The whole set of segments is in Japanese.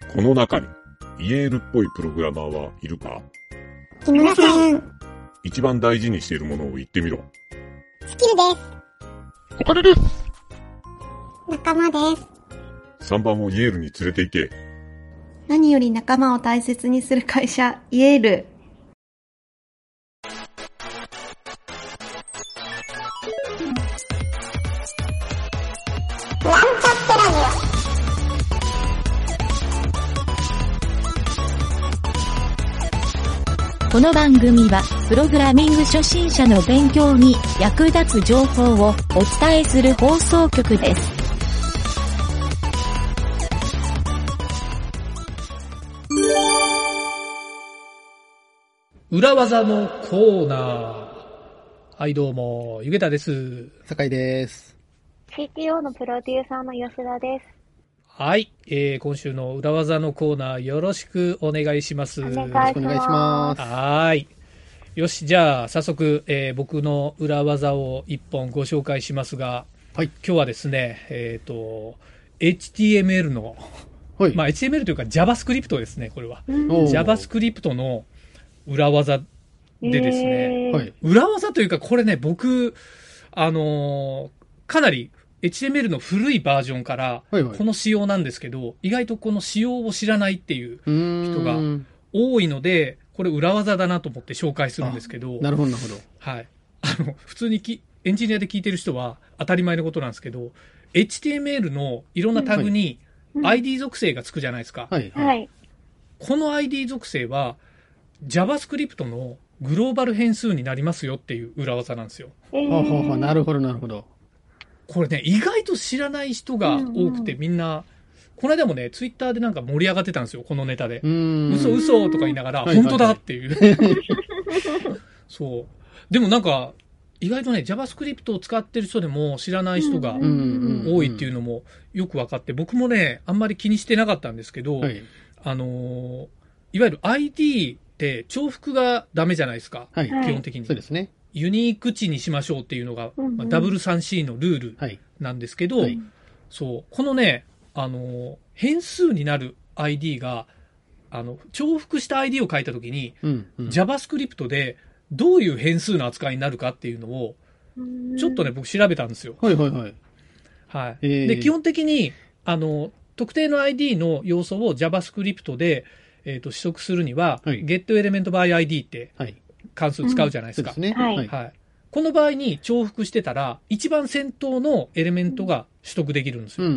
この中に、イエールっぽいプログラマーはいるか？ 木村さん。 一番大事にしているものを言ってみろ。 スキルです。 お金です。 仲間です。 3番をイエールに連れて行け。 何より仲間を大切にする会社、イエール。 なんちゃってラジこの番組は、プログラミング初心者の勉強に役立つ情報をお伝えする放送局です。 裏技のコーナー。はい、どうも、ゆげたです。 酒井です。 CTO のプロデューサーの吉田です。 はい、今週の裏技のコーナーよろしくお願いします。 お願いします。 はい。よし、じゃあ早速、僕の裏技を一本ご紹介しますが、 はい、 今日はですね、HTML の、 はい、 まあ HTML というか JavaScript ですね、これは。JavaScript の裏技でですね、裏技というかこれね、僕、かなりHTML の古いバージョンからこの仕様なんですけど、意外とこの仕様を知らないっていう人が多いので、これ裏技だなと思って紹介するんですけど。 なるほど、なるほど。 はい。普通にエンジニアで聞いてる人は当たり前のことなんですけど、HTML のいろんなタグに ID 属性がつくじゃないですか。 はい。 この ID 属性は JavaScript のグローバル変数になりますよっていう裏技なんですよ。 なるほど、なるほど。 これね、意外と知らない人が多くて、みんな、この間もね、ツイッターでなんか盛り上がってたんですよ、このネタで。嘘とか言いながら、本当だっていう。そう。でもなんか、意外とね、JavaScript を使ってる人でも知らない人が多いっていうのもよく分かって、僕もね、あんまり気にしてなかったんですけど、いわゆる ID って重複がダメじゃないですか、基本的に。 そうですね。 ユニーク値にしましょうっていうのが、W3C のルールなんですけど、そう、このね、変数になる ID が、重複した ID を書いたときに、JavaScript でどういう変数の扱いになるかっていうのを、ちょっとね、僕調べたんですよ。はい。で、基本的に、特定の ID の要素を JavaScript で、取得するには、getElementById って、関数使うじゃないですか。この場合に重複してたら、一番先頭のエレメントが取得できるんですよ。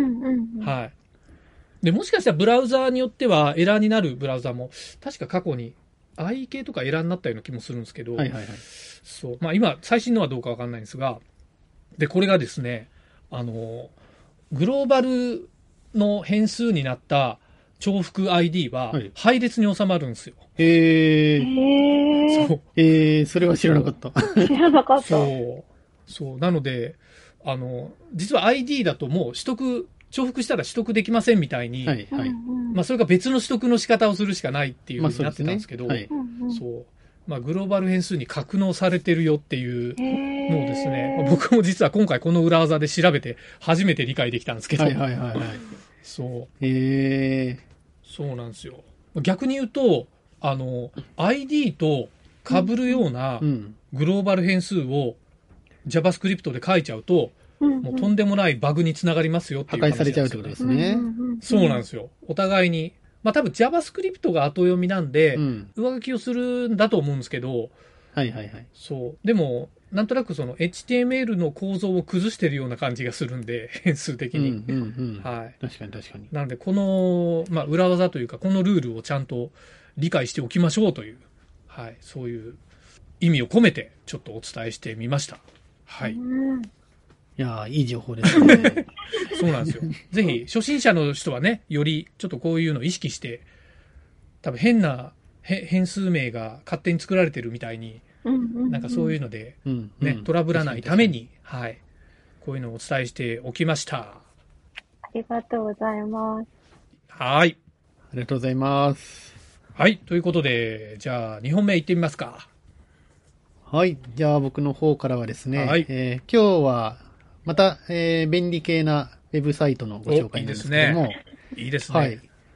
で、もしかしたらブラウザーによってはエラーになるブラウザーも、確か過去に I 系とかエラーになったような気もするんですけど、そう。まあ今、最新のはどうかわかんないんですが、で、これがですね、グローバルの変数になった重複 ID は配列に収まるんですよ。 それは知らなかった。 知らなかった。 そう。なので、実は ID だともう重複したら取得できませんみたいに、まあそれが別の取得の仕方をするしかないっていう風になってたんですけど、そう。まあグローバル変数に格納されてるよっていうのをですね、僕も実は今回この裏技で調べて初めて理解できたんですけど、そう。そうなんですよ。逆に言うと、ID と被るようなグローバル変数を JavaScript で書いちゃうと、もうとんでもないバグにつながりますよっていう話なんですよ。 破壊されちゃうってことですね。 そうなんですよ。お互いに。まあ多分 JavaScript が後読みなんで、上書きをするんだと思うんですけど、そう。でも、なんとなくその HTML の構造を崩してるような感じがするんで、変数的に。 確かに。 なので、この、まあ、裏技というか、このルールをちゃんと理解しておきましょうという、はい、そういう意味を込めて、ちょっとお伝えしてみました。はい。いやー、いい情報ですね。 そうなんですよ。ぜひ、初心者の人はね、より、ちょっとこういうのを意識して、多分変な変数名が勝手に作られてるみたいに、なんかそういうので、ね、トラブらないために、はい、こういうのをお伝えしておきました。 ありがとうございます。 はい。 ありがとうございます。 はい。ということで、じゃあ、2本目いってみますか。 はい。じゃあ、僕の方からはですね、今日は、また、便利系なウェブサイトのご紹介なんですけども。 いいですね。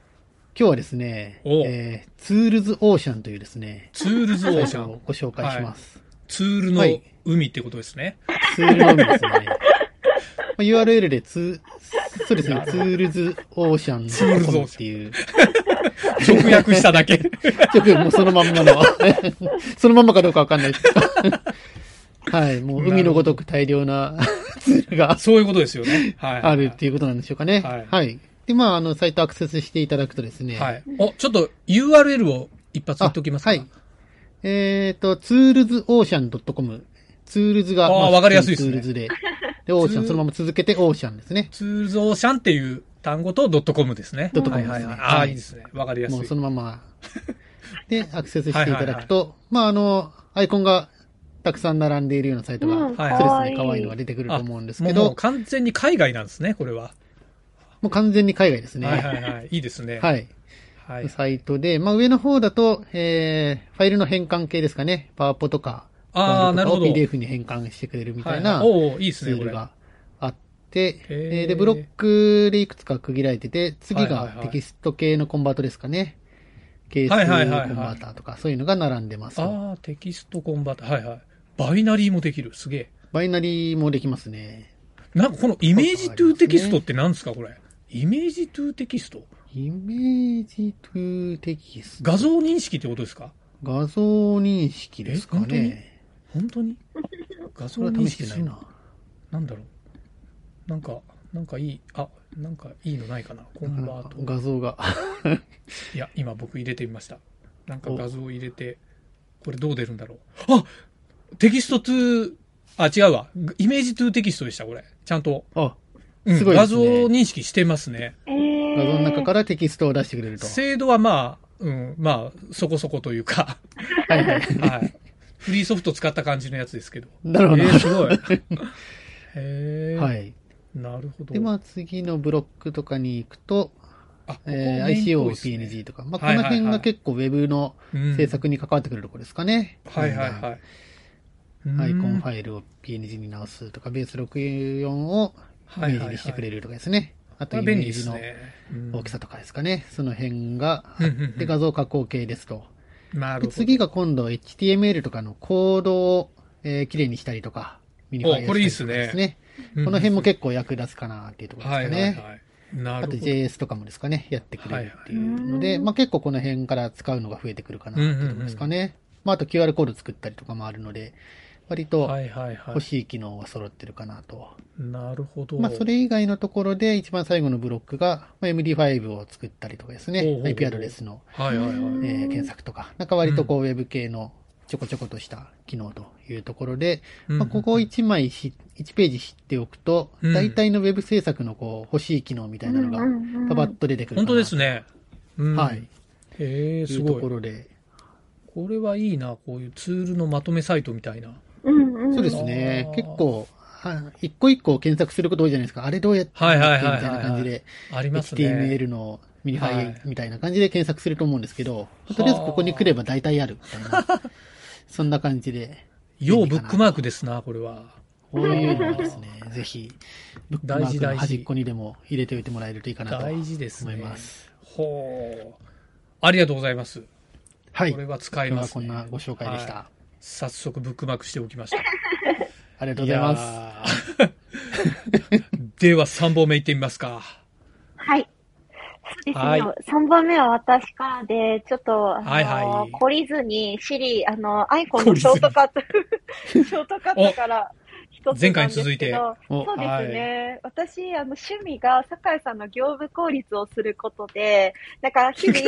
日はですね、ツールズオーシャンというですね、 ツールズオーシャンをご紹介します。 ツールの海ってことですね。 ツールの海ですね。URL でそうですね、ツールズオーシャンっていう。 直訳しただけ。 もうそのまんまの。そのまんまかどうかわかんないですけど。はい。もう海のごとく大量なツールが。 そういうことですよね。はい。 あるっていうことなんでしょうかね。はい。で、サイトアクセスしていただくとですね。 はい。ちょっと URL を一発言っておきますか。 はい。toolsocean.com。ツールズが、 わかりやすいですね。 ツールズで。で、オーシャン、そのまま続けてオーシャンですね。 ツールズオーシャンっていう単語と.comですね。 .com ですね。 いいですね。わかりやすい。 もうそのまま。で、アクセスしていただくと、アイコンがたくさん並んでいるようなサイトが、そうですね、可愛いのが出てくると思うんですけど。 もう完全に海外なんですね、これは。 もう完全に海外ですね。 はい。いいですね。 はい。サイトで、上の方だと、ファイルの変換系ですかね。パワポとか。 なるほど。 PDF に変換してくれるみたいな、 いいですね、 ツールがあって、で、ブロックでいくつか区切られてて、次がテキスト系のコンバートですかね。ケースコンバーターとか、そういうのが並んでます。 テキストコンバーター。バイナリーもできる。すげえ。 バイナリーもできますね。 なんかこのイメージトゥーテキストって何ですか、これ。イメージトゥーテキスト？ イメージトゥーテキスト。 画像認識ってことですか？ 画像認識ですかね。 本当に画像認識するな。なんだろう。なんかいいのないかな。コンバート。 画像が。 いや、今僕入れてみました。なんか画像を入れて、これどう出るんだろう。テキストトゥー、違うわ。イメージトゥーテキストでした、これ。ちゃんと。 すごいですね。画像認識してますね。 画像の中からテキストを出してくれると。 精度はそこそこというか。はい。フリーソフト使った感じのやつですけど。 なるほど。 すごい。 はい。 なるほど。 で、次のブロックとかに行くと、ICO、PNG とか。この辺が結構 Web の制作に関わってくるところですかね。 アイコンファイルを PNG に直すとか、ベース64をイメージにしてくれるとかですね。あとイメージの大きさとかですかね。その辺があって、画像加工系ですと。次が今度 HTML とかのコードを綺麗にしたりとか、 ミニファイルしたりとかですね。この辺も結構役立つかなっていうところですかね。あと JS とかもですかね、やってくれるっていうので、結構この辺から使うのが増えてくるかなっていうところですかね。あと QR コード作ったりとかもあるので、割と欲しい機能は揃ってるかなと。 なるほど。 それ以外のところで一番最後のブロックが、MD5 を作ったりとかですね、IP アドレスの検索とか、割とウェブ系のちょこちょことした機能というところで、ここ1ページ知っておくと、大体のウェブ制作の欲しい機能みたいなのがパパッと出てくる。 本当ですね。 はい。 すごい。 いうところで。 これはいいな、こういうツールのまとめサイトみたいな。 そうですね。結構、一個一個検索すること多いじゃないですか。あれどうやってみたいな感じで、 ありますね。 HTML のミニファイルみたいな感じで検索すると思うんですけど、とりあえずここに来れば大体あるみたいな。そんな感じで。 要ブックマークですな、これは。 こういうのですね、ぜひ、ブックマークの端っこにでも入れておいてもらえるといいかなと思います。 大事ですね。ありがとうございます。 はい。 これは使えますね。今日はこんなご紹介でした。 早速ブックマークしておきました。 ありがとうございます。 では3本目いってみますか。 はい。そうですね。3本目は私からで、ちょっと、懲りずに、アイコンのショートカットから一つなんですけど、 前回に続いて。 そうですね。私、趣味が酒井さんの業務効率をすることで、日々、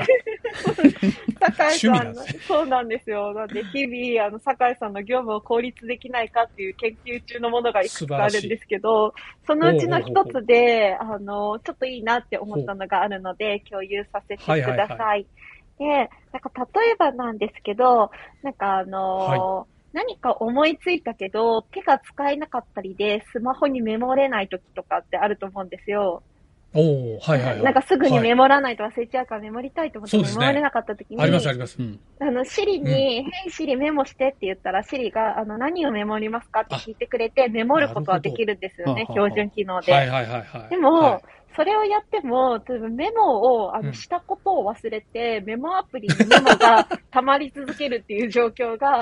酒井さんの、そうなんですよ。なんで、日々、酒井さんの業務を効率できないかっていう研究中のものがいくつかあるんですけど、そのうちの一つで、ちょっといいなって思ったのがあるので、共有させてください。で、例えばなんですけど、何か思いついたけど、手が使えなかったりで、スマホにメモれない時とかってあると思うんですよ。すぐにメモらないと忘れちゃうからメモりたいと思ってメモれなかった時に、 ありますあります。 シリに、ヘイシリメモしてって言ったら、シリが、何をメモりますかって聞いてくれて、メモることはできるんですよね、標準機能で。でも、 それをやっても、例えばメモをしたことを忘れて、メモアプリにメモが溜まり続けるっていう状況が、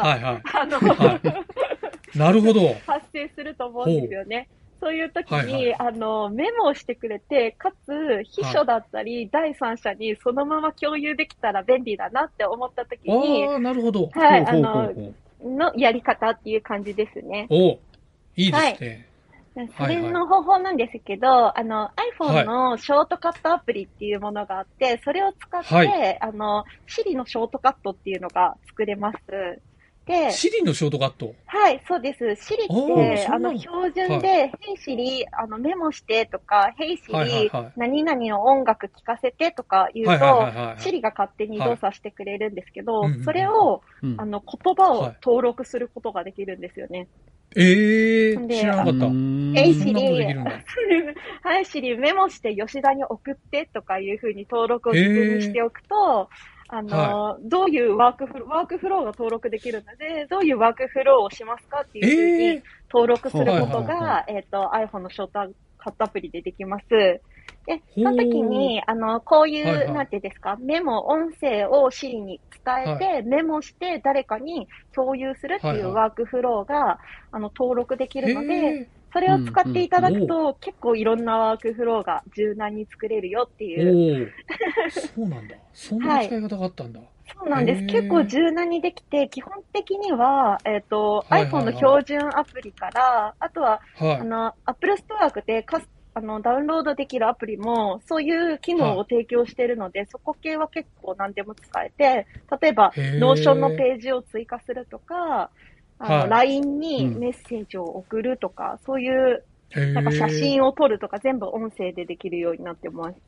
なるほど。 発生すると思うんですよね。そういう時に、メモをしてくれて、かつ、秘書だったり、第三者にそのまま共有できたら便利だなって思った時に、 なるほど。 はい、のやり方っていう感じですね。 いいですね。 それの方法なんですけど、iPhone のショートカットアプリっていうものがあって、それを使って、Siri のショートカットっていうのが作れます。で、 Siri のショートカット？ はい、そうです。Siri って、標準で、Hey Siri、メモしてとか、Hey Siri、何々の音楽聴かせてとか言うと、Siri が勝手に動作してくれるんですけど、それを、言葉を登録することができるんですよね。 知らなかった。 Hey Siri、はい、Siri、メモして吉田に送ってとかいうふうに登録を自分にしておくと、どういうワークフローが登録できるので、どういうワークフローをしますかっていうふうに登録することが、iPhone のショートカットアプリでできます。で、その時に、こういう、なんていうんですか、音声を Siri に伝えて、メモして誰かに共有するっていうワークフローが、登録できるので、それを使っていただくと、結構いろんなワークフローが柔軟に作れるよっていう。 そうなんだ。そんな使い方があったんだ。 そうなんです。結構柔軟にできて、基本的には、iPhone の標準アプリから、あとは、Apple Store でダウンロードできるアプリも、そういう機能を提供しているので、そこ系は結構何でも使えて、例えば、Notion のページを追加するとか、LINE にメッセージを送るとか、そういう、なんか写真を撮るとか、全部音声でできるようになってます。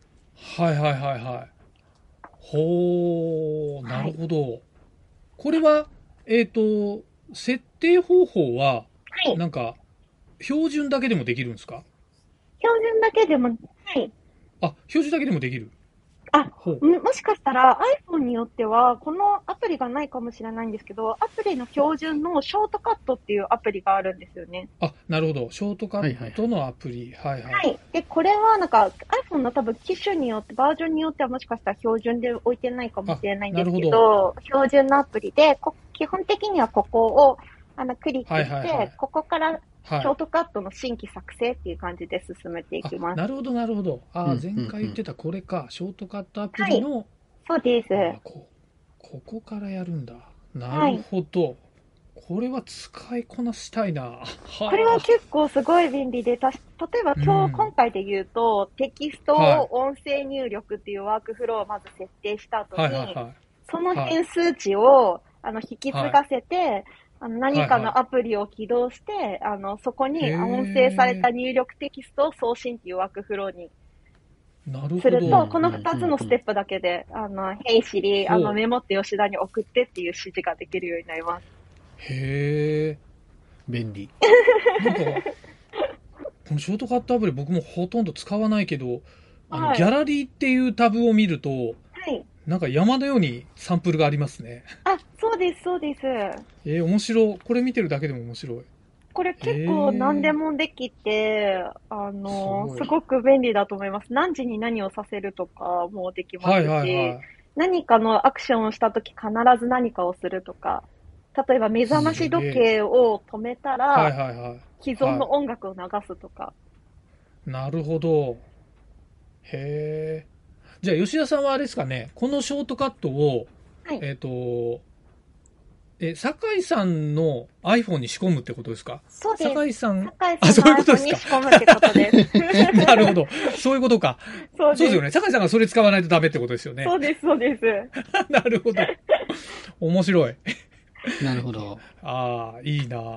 なるほど。これは、設定方法は、なんか、標準だけでもできるんですか？ 標準だけでも、はい。 標準だけでもできる。 もしかしたら iPhone によっては、このアプリがないかもしれないんですけど、アプリの標準のショートカットっていうアプリがあるんですよね。 なるほど。ショートカットのアプリ。はい。 で、これはなんか iPhone の多分機種によって、バージョンによってはもしかしたら標準で置いてないかもしれないんですけど、標準のアプリで、基本的にはここをクリックして、ここからショートカットの新規作成っていう感じで進めていきます。 なるほど、なるほど。前回言ってたこれか、ショートカットアプリの。 そうです。 ここからやるんだ。なるほど。これは使いこなしたいな。 これは結構すごい便利で、例えば今回で言うと、テキストを音声入力っていうワークフローをまず設定した後に、その変数値を引き継がせて、何かのアプリを起動して、そこに音声された入力テキストを送信っていうワークフローにすると、この2つのステップだけで、Hey Siri、メモって吉田に送ってっていう指示ができるようになります。 便利。 なんか、このショートカットアプリ僕もほとんど使わないけど、ギャラリーっていうタブを見ると、なんか山のようにサンプルがありますね。 そうです、そうです。 面白い。これ見てるだけでも面白い。 これ結構何でもできて、すごく便利だと思います。何時に何をさせるとかもできますし、何かのアクションをしたとき必ず何かをするとか、例えば目覚まし時計を止めたら、既存の音楽を流すとか。 なるほど。じゃあ吉田さんはあれですかね、このショートカットを、酒井さんの iPhone に仕込むってことですか？ そうです。 酒井さんの iPhone に仕込むってことです。 なるほど。そういうことか。そうですよね。酒井さんがそれ使わないとダメってことですよね。 そうです、そうです。 なるほど。面白い。 なるほど。 いいな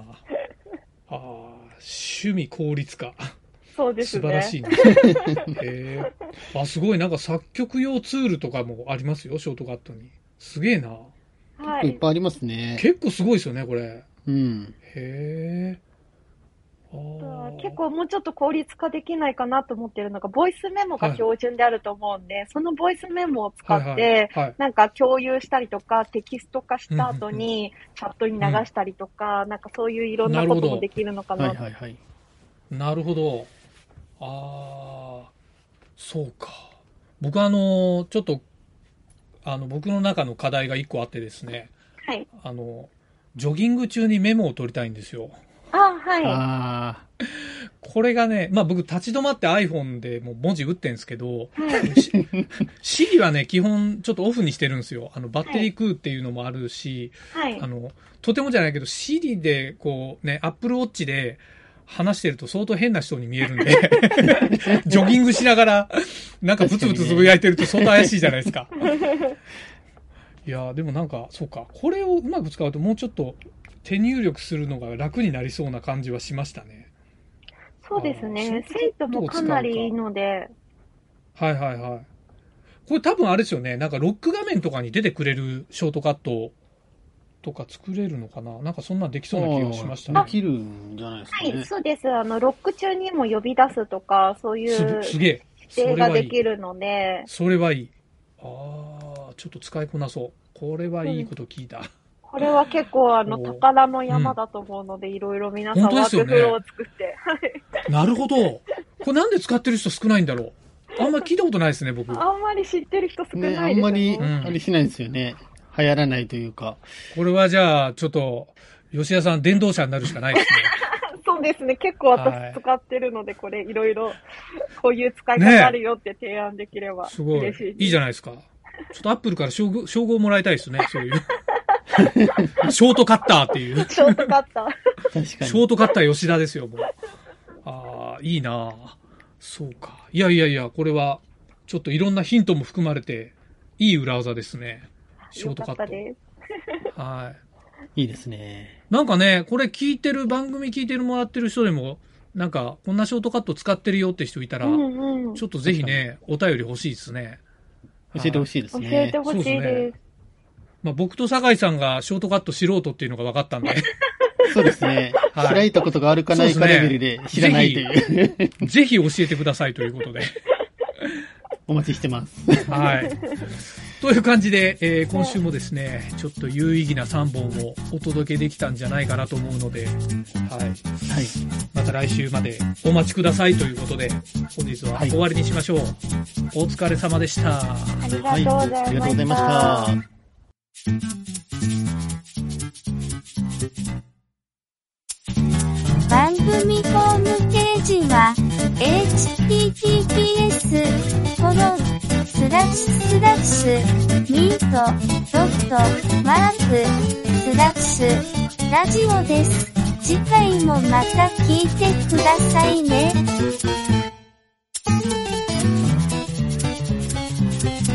趣味効率化。 そうですね。 素晴らしいね。すごい。なんか作曲用ツールとかもありますよ、ショートカットに。すげえな。 いっぱいありますね。 結構すごいですよね、これ。 結構もうちょっと効率化できないかなと思ってるのが、ボイスメモが標準であると思うんで、そのボイスメモを使って、なんか共有したりとか、テキスト化した後にチャットに流したりとか、なんかそういういろんなこともできるのかな。 なるほど。 そうか。僕ちょっと、僕の中の課題が一個あってですね。 はい。 ジョギング中にメモを取りたいんですよ。 はい。 これがね、まあ僕立ち止まって iPhone でもう文字打ってんですけど、Siri はね、基本ちょっとオフにしてるんですよ。バッテリー食うっていうのもあるし、 はい、 とてもじゃないけど、Siri でこうね、Apple Watch で話してると相当変な人に見えるんで、ジョギングしながら、なんかブツブツつぶやいてると相当怪しいじゃないですか。いやでもなんか、そうか。これをうまく使うともうちょっと手入力すするのが楽になりそうな感じはしましたね。 そうですね。精度もかなりいいので。 はいはいはい。これ多分あれですよね。なんかロック画面とかに出てくれるショートカットとか作れるのかな。なんかそんなできそうな気がしましたね。 できるんじゃないですかね。 はい、そうです。ロック中にも呼び出すとか、そういうすげえ。 指定ができるので。 それはいい。ちょっと使いこなそう。これはいいこと聞いた。 これは結構宝の山だと思うので、いろいろ皆さんワークフローを作って。 なるほど。これなんで使ってる人少ないんだろう。あんまり聞いたことないですね、僕。 あんまり知ってる人少ないですね。 あんまり、あれしないんですよね。流行らないというか。 これはじゃあ、ちょっと、吉田さん、電動車になるしかないですね。 そうですね。結構私使ってるので、これいろいろ、こういう使い方あるよって提案できれば嬉しいです。すごい。 いいじゃないですか。ちょっとアップルから称号もらいたいですね、そういう。ショートカッターっていう。 ショートカッター。 確かに。 ショートカッター吉田ですよ、もう。いいなそうか。いやいやいや、これは、ちょっといろんなヒントも含まれて、いい裏技ですね。ショートカット。はい。 いいですね。 なんかね、これ番組聞いてもらってる人でも、なんか、こんなショートカット使ってるよって人いたら、ちょっとぜひね、お便り欲しいですね。 教えてほしいですね。 教えてほしいです。 まあ、僕と酒井さんがショートカット素人っていうのが分かったんで。 そうですね。開いたことがあるかないかレベルで知らないという。 ぜひ教えてくださいということで。 お待ちしてます。 はい。という感じで、今週もですね、ちょっと有意義な3本をお届けできたんじゃないかなと思うので、はい。はい。また来週までお待ちくださいということで、本日は終わりにしましょう。お疲れ様でした。 ありがとうございました。 ありがとうございました。 番組ホームページは https://mint.work/ラジオです。次回もまた聞いてくださいね。